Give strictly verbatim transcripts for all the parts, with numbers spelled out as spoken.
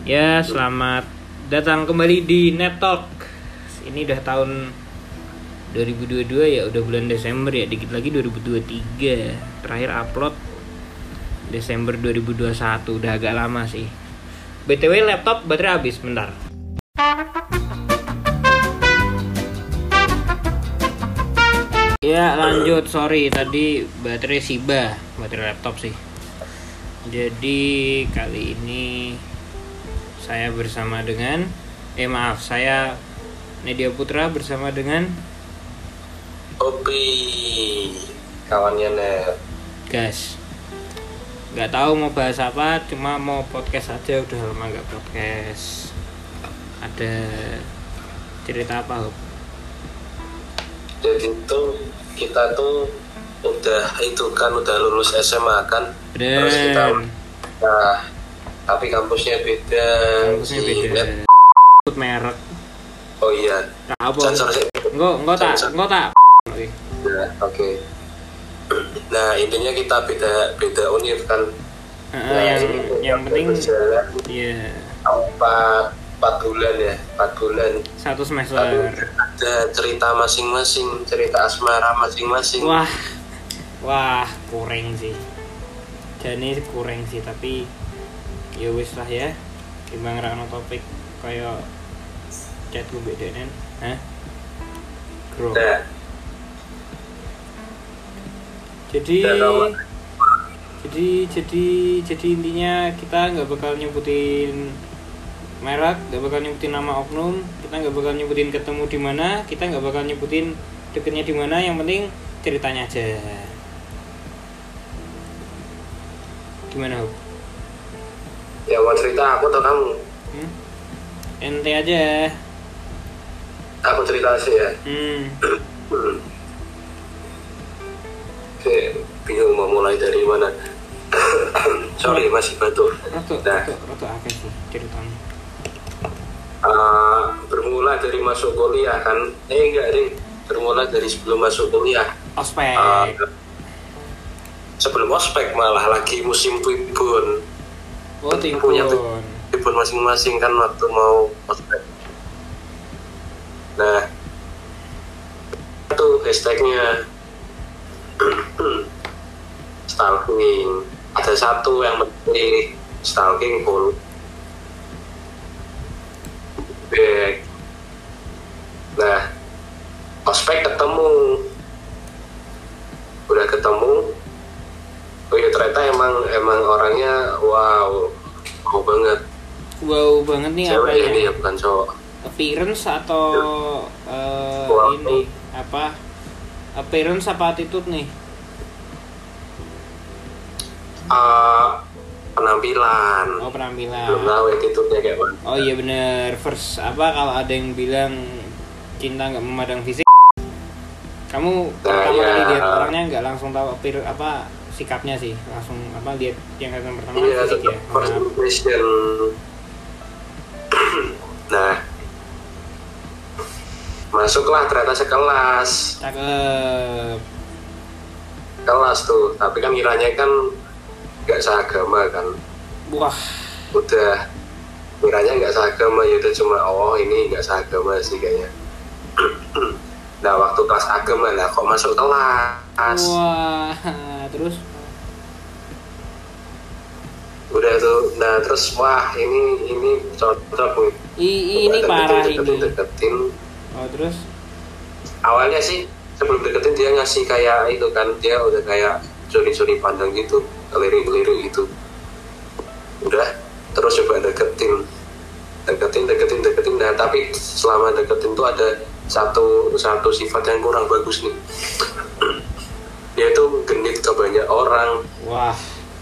Ya, selamat datang kembali di Net Talk. Ini udah tahun dua ribu dua puluh dua ya, udah bulan Desember ya, dikit lagi dua ribu dua puluh tiga. Terakhir upload Desember dua ribu dua puluh satu, udah agak lama sih. B T W laptop baterai habis, bentar. Ya lanjut, sorry tadi baterai Shiba, baterai laptop sih. Jadi kali ini saya bersama dengan eh maaf saya Nedia Putra bersama dengan Opi, kawannya Net. Gas. Gak tahu mau bahas apa, cuma mau podcast aja, udah lama gak podcast. Ada cerita apa, Hop? Jadi tuh kita tuh udah itu kan udah lulus S M A kan. Bener. Terus kita nah, tapi kampusnya beda. Kampusnya si beda. Net. Sebut merek. Oh iya. Tak apa? Sensor sih. Enggak, enggak tak, enggak tak. Oke. Nah, oke. Nah, intinya kita beda beda univ kan. Uh, Nah, yang ini yang penting berjalan iya empat empat bulan ya, empat bulan. satu semester. Lalu ada cerita masing-masing, cerita asmara masing-masing. Wah, wah kurang sih. Jadi kurang sih, tapi ya wis lah ya. Timbang rano topik kayak chat gue beda nen, hah? Bro. Nah, Jadi, Dan jadi, jadi, jadi intinya kita nggak bakal nyebutin merek, nggak bakal nyebutin nama oknum, kita nggak bakal nyebutin ketemu di mana, kita nggak bakal nyebutin deketnya di mana, yang penting ceritanya aja. Gimana, Hub? ya mau cerita aku atau kamu? Hmm? Ente aja. Aku cerita sih ya. Hmm. Oke, bingung mau mulai dari mana. Sorry, masih batuk. Roto, Nah. roto, roto akeh sih ceritanya. Uh, bermula dari masuk kuliah kan. Eh enggak deh, bermula dari sebelum masuk kuliah. Ospek. Uh, sebelum ospek malah lagi musim tribun. Oh, Punya timbun. tribun masing-masing kan waktu mau ospek. Nah, itu hashtagnya stalking. Ada satu yang penting, stalking full back. Nah, ospek ketemu, udah ketemu. Oh iya, ternyata emang emang orangnya wow, wow banget. Wow banget nih Cewek apanya? ini ya, bukan cowok. Appearance atau uh, Wow. ini apa? Appearance apa attitude nih? Uh, penampilan. Oh, penampilan. Belum tahu attitude-nya kayak mana. Oh iya bener. First apa kalau ada yang bilang cinta nggak memandang fisik, kamu pertama iya. kali lihat orangnya nggak langsung tahu appear apa sikapnya sih, langsung apa lihat yang kelihatan pertama kan Iya, fisik tetap ya. first Nah, impression. Nah, masuklah ternyata sekelas. cakep. Kelas tuh, tapi kan kiranya kan nggak seagama kan. Wah, Udah kiranya nggak seagama, ya udah cuma oh ini nggak seagama sih kayaknya. Nah, waktu kelas agama lah kok masuk kelas. wah, terus Udah tuh, nah terus wah ini ini cocok nih. I, ini Deketin, parah deketin, ini. deketin. Oh terus? Awalnya sih sebelum deketin dia ngasih kayak itu kan, dia udah kayak curi-curi pandang gitu, keliru-keliru gitu. Udah, terus coba deketin, deketin, deketin, deketin. Nah tapi selama deketin tuh ada satu satu sifat yang kurang bagus nih. Dia tuh genit ke banyak orang. Wah,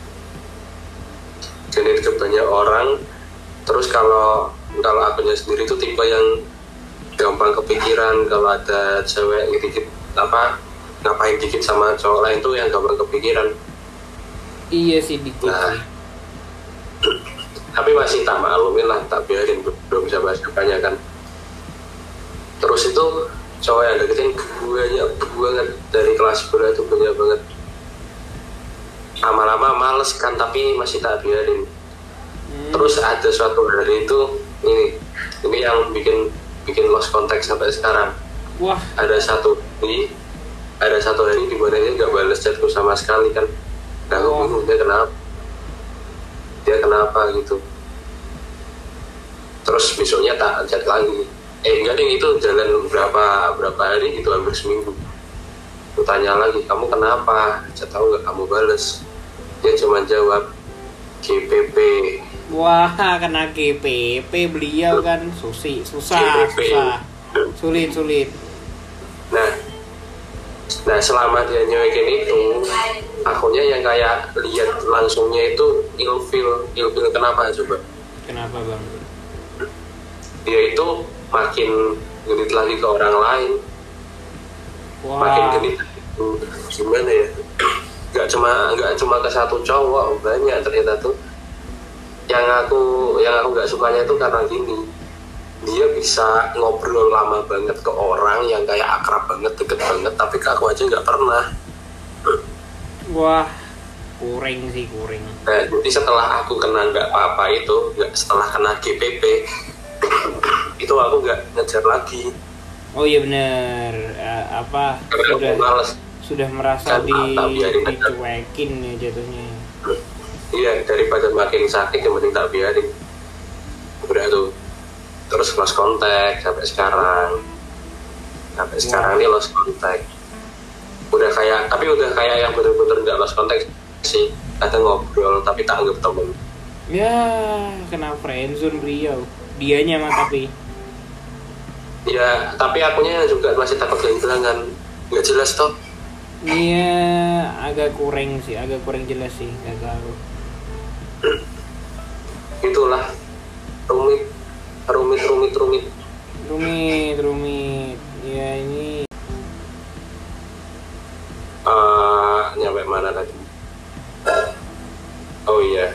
Genit ke banyak orang. Terus kalau kalau akunya sendiri tuh tipe yang gampang kepikiran kalau ada cewek dikit apa ngapain dikit sama cowok lain tuh yang gampang kepikiran. iya sih dikit Nah, sih. tapi masih tak maklumin lah, tak biarin, belum bisa bahas banyak kan. Terus itu cowok yang deketin banyak banget dari kelas sebelah itu, banyak banget. Lama-lama males kan, tapi masih tak biarin. Hmm. Terus ada suatu hari itu ini ini yang bikin bikin lost contact sampai sekarang. Wah. Ada satu hari ada satu hari di mana dia nggak balas chatku sama sekali kan. Nah, aku bingung dia kenapa dia kenapa gitu. Terus besoknya tak chat lagi. Eh enggak deh, itu jalan berapa berapa hari gitu, hampir seminggu. Aku tanya lagi, kamu kenapa? Saya tahu nggak kamu balas. Dia cuma jawab G P P. Wah, kena G P P beliau kan susi susah G P P. susah sulit sulit. Nah, nah selama dia nyewekin itu, akunnya yang kayak lihat langsungnya itu ilfil, ilfil kenapa coba? Kenapa bang? Dia itu makin genit lagi ke orang lain. Wah. Makin genit gimana ya, nggak cuma nggak cuma ke satu cowok, banyak ternyata tuh. Yang aku yang aku nggak sukanya itu karena gini, dia bisa ngobrol lama banget ke orang yang kayak akrab banget, deket banget, tapi ke aku aja nggak pernah. Wah, kuring sih kuring. Nah, jadi setelah aku kena nggak apa-apa itu, nggak setelah kena G P P itu aku nggak ngejar lagi. Oh iya benar. Uh, apa Karena sudah aku males. sudah merasa Kan, di tak biarin aja. dicuekin ya jatuhnya. Iya, daripada makin sakit yang penting tak biarin. Udah tuh terus lost contact sampai sekarang. Sampai sekarang ini lost contact. Udah kayak, tapi udah kayak yang bener-bener nggak lost contact sih. Kadang ngobrol tapi tak anggap temen. Ya, kena friendzone beliau. Dianya mah tapi. Ya, tapi akunya juga masih takut kehilangan. Nggak jelas toh. Iya, agak kurang sih, agak kurang jelas sih, nggak tahu. Itulah rumit, rumit, rumit, rumit. Rumit, rumit. Ya ini. Uh, nyampe mana tadi? Oh iya.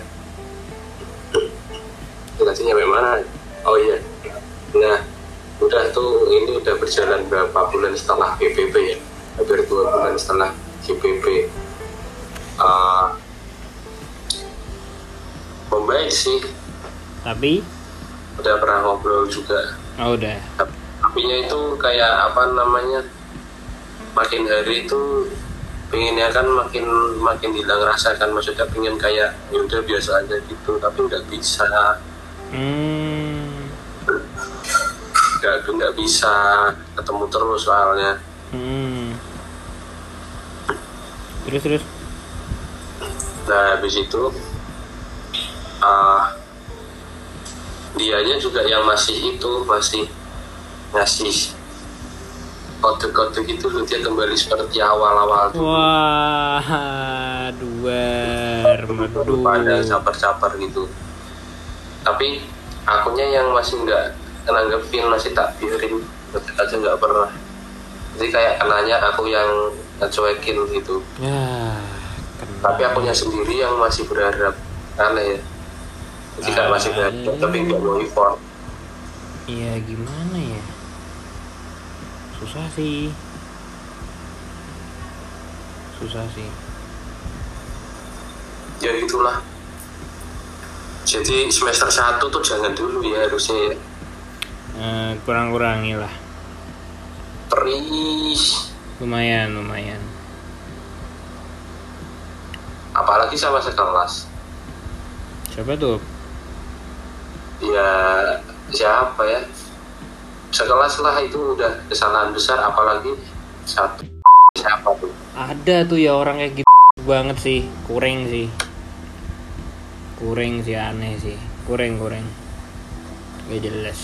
Tadi nyampe mana? Oh iya. Nah, udah tuh ini udah berjalan berapa bulan setelah G P P ya? Hampir dua bulan setelah G P P. Uh, membaik sih. Tapi? Udah pernah ngobrol juga. Oh udah. Tapinya itu kayak apa namanya? Makin hari itu pengennya kan makin makin hilang rasa kan, maksudnya pengen kayak ya udah biasa aja gitu, tapi nggak bisa. Hmm. Nggak nggak bisa ketemu terus soalnya. Hmm. Terus terus. Nah habis itu uh, dianya juga yang masih itu masih ngasih kode-kode gitu loh, dia kembali seperti awal-awal dulu. Wah, duar, madu. Pada caper-caper gitu. Tapi akunya yang masih nggak nanggepin, masih tak biarin, tetep aja nggak pernah. Jadi kayak kenanya aku yang ngecuekin gitu. Ya, Tapi akunya sendiri yang masih berharap, aneh ya. Jadi kayak masih berharap, tapi nggak mau effort. Iya gimana ya? Susah sih. Susah sih. Ya itulah. Jadi semester satu tuh jangan dulu ya harusnya ya. Eh, kurang-kurangi lah. Please. Lumayan, lumayan. Apalagi sama sekelas. Siapa tuh? Ya siapa ya? Sekelas lah, itu udah kesalahan besar, apalagi satu siapa tuh? Ada tuh ya orang kayak gitu banget sih, kurang sih. Kurang sih, aneh sih. Kurang, kurang. Gak jelas.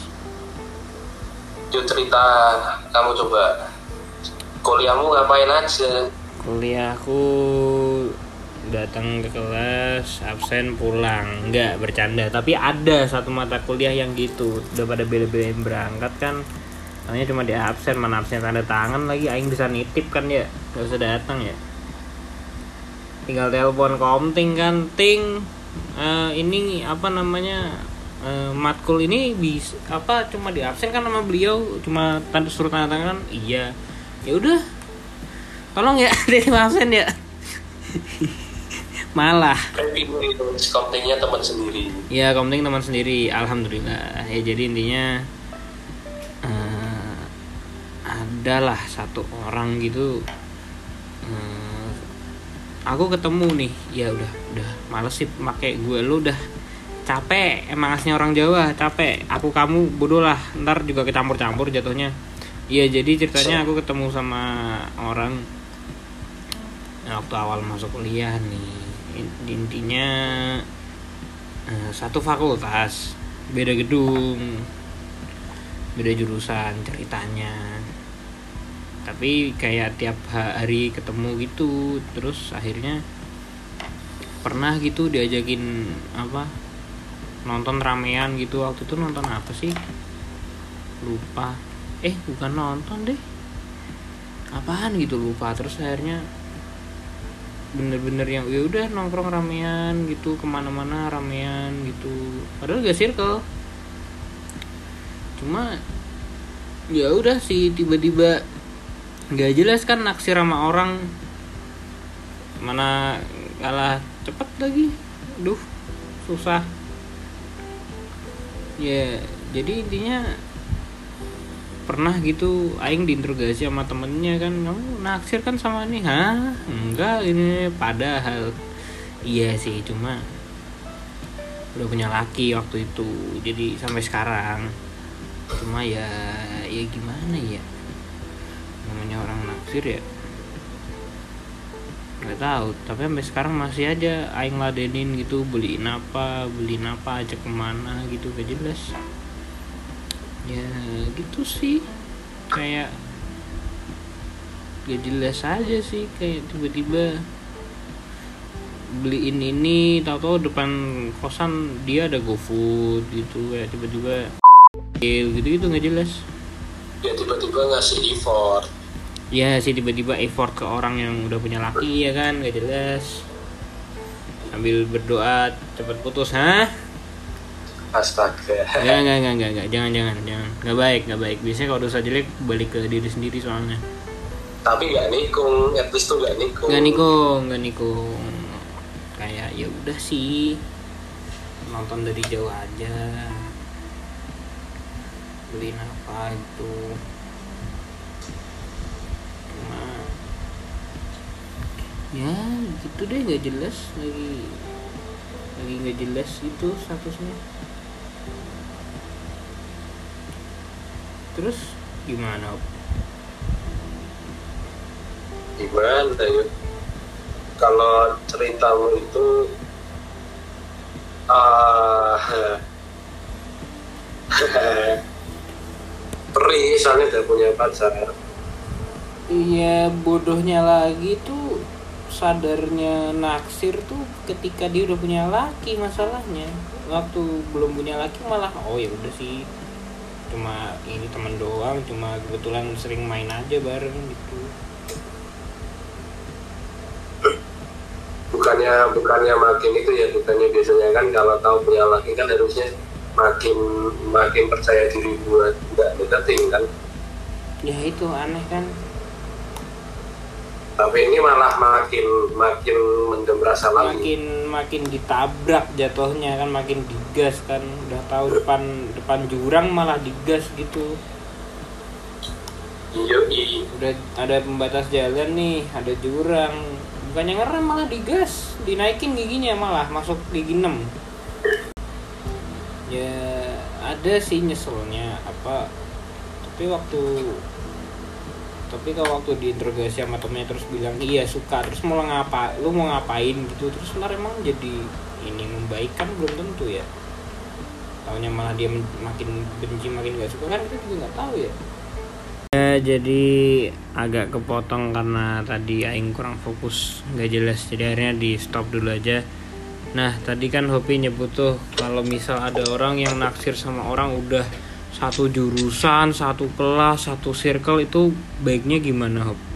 Yuk cerita kamu coba. Kuliahmu ngapain aja? Kuliahku datang ke kelas, absen, pulang. Enggak, bercanda. Tapi ada satu mata kuliah yang gitu. Udah pada bela-belain berangkat kan. Namanya cuma di absen, mana absen tanda tangan lagi. Aing bisa nitip kan ya. Gak usah datang ya. Tinggal telepon komting kan, ting. Uh, ini apa namanya? Uh, matkul ini bisa apa cuma di absen kan sama beliau, cuma tanda suruh tanda tangan. Iya. Ya udah. Tolong ya, dari absen ya. malah komplingnya teman sendiri. Ya kompling teman sendiri, alhamdulillah. Ya jadi intinya uh, adalah satu orang gitu. Uh, aku ketemu nih, ya udah udah males sih pakai gue lu udah capek, emang aslinya orang Jawa capek. Aku kamu bodoh lah, ntar juga kecampur-campur jatuhnya. Iya jadi ceritanya aku ketemu sama orang waktu awal masuk kuliah nih. Intinya uh, satu fakultas, beda gedung, beda jurusan ceritanya. Tapi kayak tiap hari ketemu gitu. Terus akhirnya pernah gitu diajakin apa nonton ramean gitu. Waktu itu nonton apa sih lupa, eh bukan nonton deh apaan gitu lupa. Terus akhirnya bener-bener yang ya udah nongkrong ramean gitu, kemana-mana ramean gitu, padahal gak circle. Cuma ya udah sih tiba-tiba nggak jelas kan naksir sama orang, mana kalah cepet lagi, duh susah ya. Jadi intinya pernah gitu aing diinterogasi sama temennya kan, kamu naksir kan sama nih? Hah enggak ini, padahal iya sih, cuma udah punya laki waktu itu, jadi sampai sekarang. Cuma ya ya gimana ya, namanya orang naksir ya nggak tahu. Tapi sampai sekarang masih aja aing ladenin gitu, beliin apa beliin apa ajak kemana gitu, gak jelas ya gitu sih. Kayak gak jelas aja sih, kayak tiba-tiba beliin ini, tahu-tahu depan kosan dia ada GoFood gitu, kayak tiba-tiba gitu-gitu nggak jelas. Ya tiba-tiba ngasih effort. Ya sih tiba-tiba effort ke orang yang udah punya laki ya kan, nggak jelas. Sambil berdoa cepat putus, hah? Astaga. Enggak, enggak, enggak, enggak, enggak, jangan, jangan, jangan. Enggak baik, enggak baik. Biasanya kalau dosa jelek balik ke diri sendiri soalnya. Tapi enggak nikung, at least tuh enggak nikung. Enggak nikung, enggak nikung. Kayak ya udah sih. Nonton dari jauh aja. Beliin apa gitu. Cuma ya gitu deh, enggak jelas lagi. Lagi enggak jelas itu statusnya. Terus gimana? Gimana ya? Kalau ceritamu itu ah uh, perih, soalnya udah punya pacar. Iya, bodohnya lagi tuh sadarnya naksir tuh ketika dia udah punya laki masalahnya. Waktu belum punya laki malah oh ya udah sih, cuma ini teman doang, cuma kebetulan sering main aja bareng gitu. Bukannya bukannya makin itu ya, bukannya biasanya kan kalau tahu punya laki kan harusnya makin makin percaya diri buat nggak deketin kan? Ya itu aneh kan. Tapi ini malah makin makin mendem rasa lagi. Makin makin ditabrak jatuhnya kan, makin digas kan. Udah tahu depan depan jurang malah digas gitu. Iya, iya. Udah ada pembatas jalan nih, ada jurang. Bukannya ngerem malah digas, dinaikin giginya malah masuk gigi enam. Ya ada sih nyeselnya apa. Tapi waktu tapi kalau waktu diinterogasi sama temennya terus bilang iya suka, terus mau ngapa, lu mau ngapain gitu, terus ntar emang jadi ini membaik kan belum tentu ya. Taunya malah dia makin benci, makin gak suka kan, kita juga nggak tahu ya. Ya jadi agak kepotong karena tadi aing kurang fokus, nggak jelas, jadi akhirnya di stop dulu aja. Nah tadi kan Hopi nyebut tuh kalau misal ada orang yang naksir sama orang udah satu jurusan, satu kelas, satu circle, itu baiknya gimana, Hop?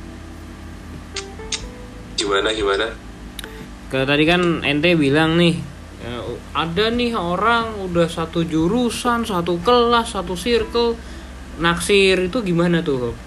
Gimana gimana? Kalau tadi kan ente bilang nih, ya, ada nih orang udah satu jurusan, satu kelas, satu circle, naksir, itu gimana tuh, Hop?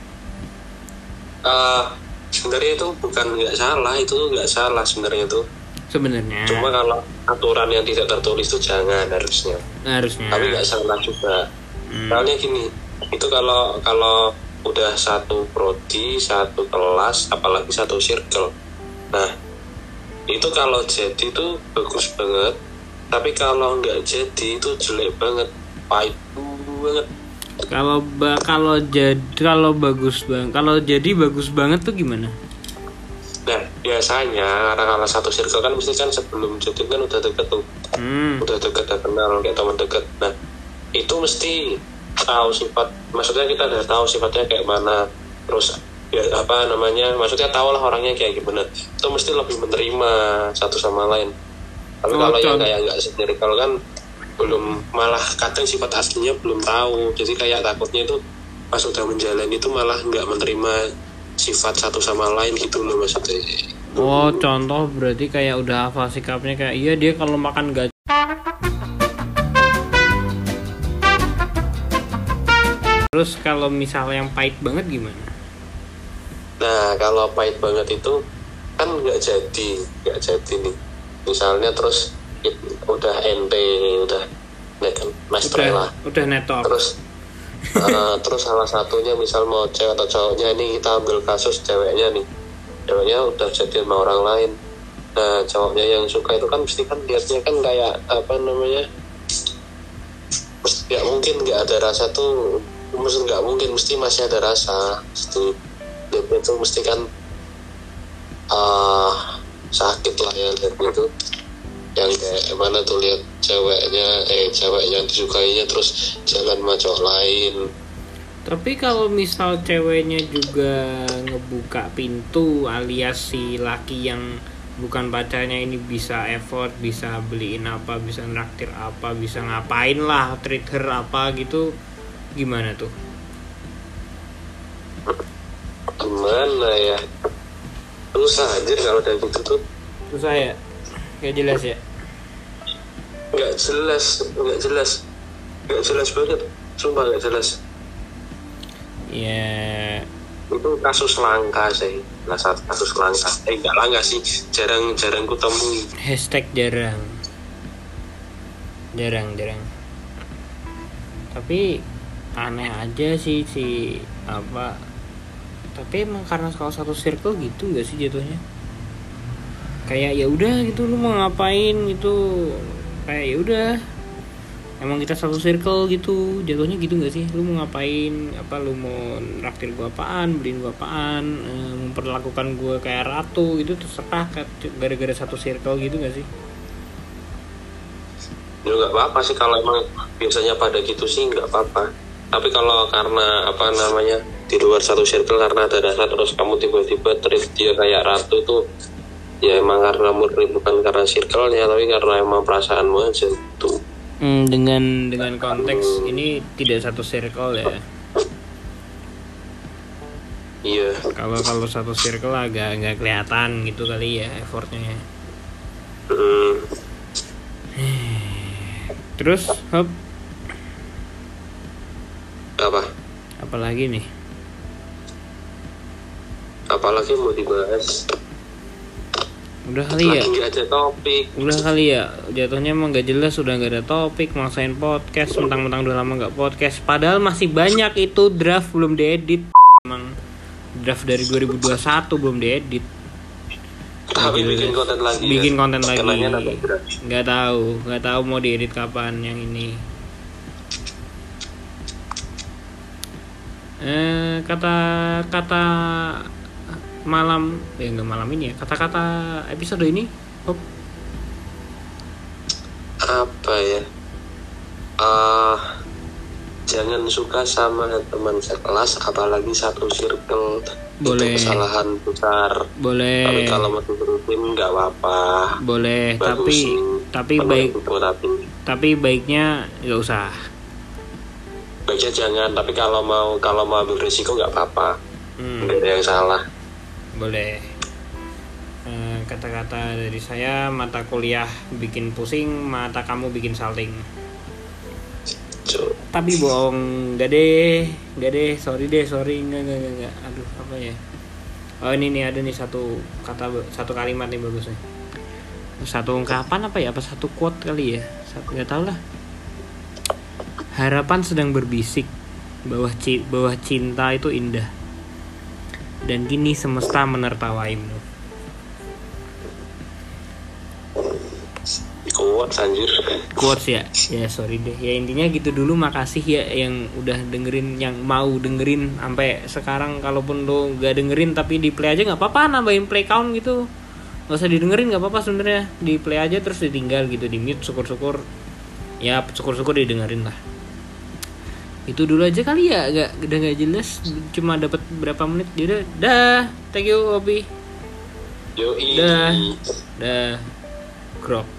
Uh, sebenarnya itu bukan nggak salah, itu nggak salah sebenarnya tuh. sebenarnya. Cuma kalau aturan yang tidak tertulis itu jangan harusnya. Harusnya. Tapi nggak salah juga. Hmm. Soalnya gini, itu kalau kalau udah satu prodi, satu kelas, apalagi satu circle. Nah, itu kalau jadi itu bagus banget. Tapi kalau nggak jadi itu jelek banget, pahit banget. Kalau ba- kalau jadi kalau bagus banget, kalau jadi bagus banget tuh gimana? Nah, biasanya orang-orang satu circle kan mesti kan sebelum jadi kan udah deket tuh, hmm. udah deket, udah kenal kayak teman deket. Nah, itu mesti tahu sifat, maksudnya kita udah tahu sifatnya kayak mana, terus ya apa namanya, maksudnya tahu lah orangnya kayak gimana. Itu mesti lebih menerima satu sama lain. Tapi oh, kalau yang kayak nggak sendiri, kalau kan belum, malah kadang sifat aslinya belum tahu, jadi kayak takutnya itu pas udah menjalani itu malah nggak menerima sifat satu sama lain gitu loh maksudnya. Oh, contoh berarti kayak udah hafal sikapnya, kayak iya dia kalau makan gak. Terus kalau misalnya yang pahit banget gimana? Nah, kalau pahit banget itu kan nggak jadi, nggak jadi nih. Misalnya terus udah N P, udah ya kan master lah, udah netok. Terus uh, terus salah satunya misal mau cewek atau cowoknya, ini kita ambil kasus ceweknya nih, ceweknya udah jadi sama orang lain. Nah, cowoknya yang suka itu kan mesti kan lihatnya kan kayak apa namanya, mesti nggak mungkin nggak ada rasa tuh, mesti nggak mungkin, mesti masih ada rasa. Mesti lihatnya tuh mesti kan uh, sakit lah ya lihat itu. Yang kayak mana tuh lihat ceweknya, eh cewek yang disukainya terus jalan sama cowok lain. Tapi kalau misal ceweknya juga ngebuka pintu, alias si laki yang bukan pacarnya ini bisa effort, bisa beliin apa, bisa nraktir apa, bisa ngapain lah, treat her apa gitu, gimana tuh? Gimana ya? Susah aja kalau kayak gitu tuh. Susah ya? Gak jelas ya? Gak jelas, gak jelas, gak jelas banget, sumpah gak jelas. Ya. Itu kasus langka sih, lah kasus langka. Eh nggak langka sih, jarang-jarang ketemu. Hashtag jarang, jarang, jarang. Tapi aneh aja sih si apa? Tapi emang karena kalau satu circle gitu nggak sih jatuhnya? Kayak ya udah gitu, lu mau ngapain gitu, kayak ya udah emang kita satu circle gitu jatuhnya gitu nggak sih? Lu mau ngapain, apa lu mau raktir gua apaan, beliin gua apaan, e, memperlakukan gua kayak ratu itu terserah, gara-gara satu circle gitu nggak sih? Ya nggak apa-apa sih kalau emang biasanya pada gitu sih, nggak apa-apa. Tapi kalau karena apa namanya di luar satu circle karena ada rasa terus kamu tiba-tiba treat dia kayak ratu tuh, ya emang karena murni bukan karena circle-nya, tapi karena emang perasaanmu aja tuh. Hmm, dengan dengan konteks hmm. ini tidak satu circle ya. Iya. Kalau kalau satu circle agak nggak kelihatan gitu kali ya effortnya. Hmm. Terus, hop. Apa? Apalagi nih? Apalagi mau dibahas? Udah kali ya. Lagi ada topik. Udah kali ya. Jatuhnya emang gak jelas, udah gak ada topik, maksain podcast, mentang-mentang udah lama gak podcast. Padahal masih banyak itu draft belum diedit. Emang draft dari dua ribu dua puluh satu belum diedit. Tapi bikin konten lagi. Bikin ya? konten lagi. Gak tahu, gak tahu mau diedit kapan yang ini. Eh, kata-kata malam, ya nggak malam ini ya, kata-kata episode ini, oh. Apa ya? Uh, jangan suka sama teman sekelas, apalagi satu circle. Boleh. Itu kesalahan besar. Boleh. Tapi kalau mau rutin nggak apa-apa. Boleh. Bagus tapi sih. tapi baik. Itu, tapi. tapi baiknya nggak usah. Baiknya jangan. Tapi kalau mau kalau mau ambil risiko nggak apa-apa. Hmm. Nggak ada yang salah. Boleh. E, kata-kata dari saya, mata kuliah bikin pusing, mata kamu bikin salting. Cuk. Tapi bohong, nggak deh, nggak deh, sorry deh, sorry, nggak nggak nggak, nggak. Aduh apa ya? Oh ini nih ada nih satu kata, satu kalimat nih bagus nih. satu ungkapan apa ya, apa satu quote kali ya, satu nggak tahu lah. Harapan sedang berbisik bahwa ci- bahwa cinta itu indah, dan kini semesta menertawaimu. Kuat anjir. Quotes ya, ya sorry deh. Ya intinya gitu dulu. Makasih ya yang udah dengerin, yang mau dengerin sampai sekarang. Kalaupun lo gak dengerin tapi di play aja nggak apa-apa, nambahin play count gitu. Nggak usah didengerin nggak apa-apa sebenarnya. Di play aja terus ditinggal gitu, di mute, syukur-syukur. Ya syukur-syukur didengerin lah. Itu dulu aja kali ya, gak, udah gak jelas. Cuma dapat berapa menit. Yaudah, dah. Thank you Obi. Yoi. Dah, dah. Grok.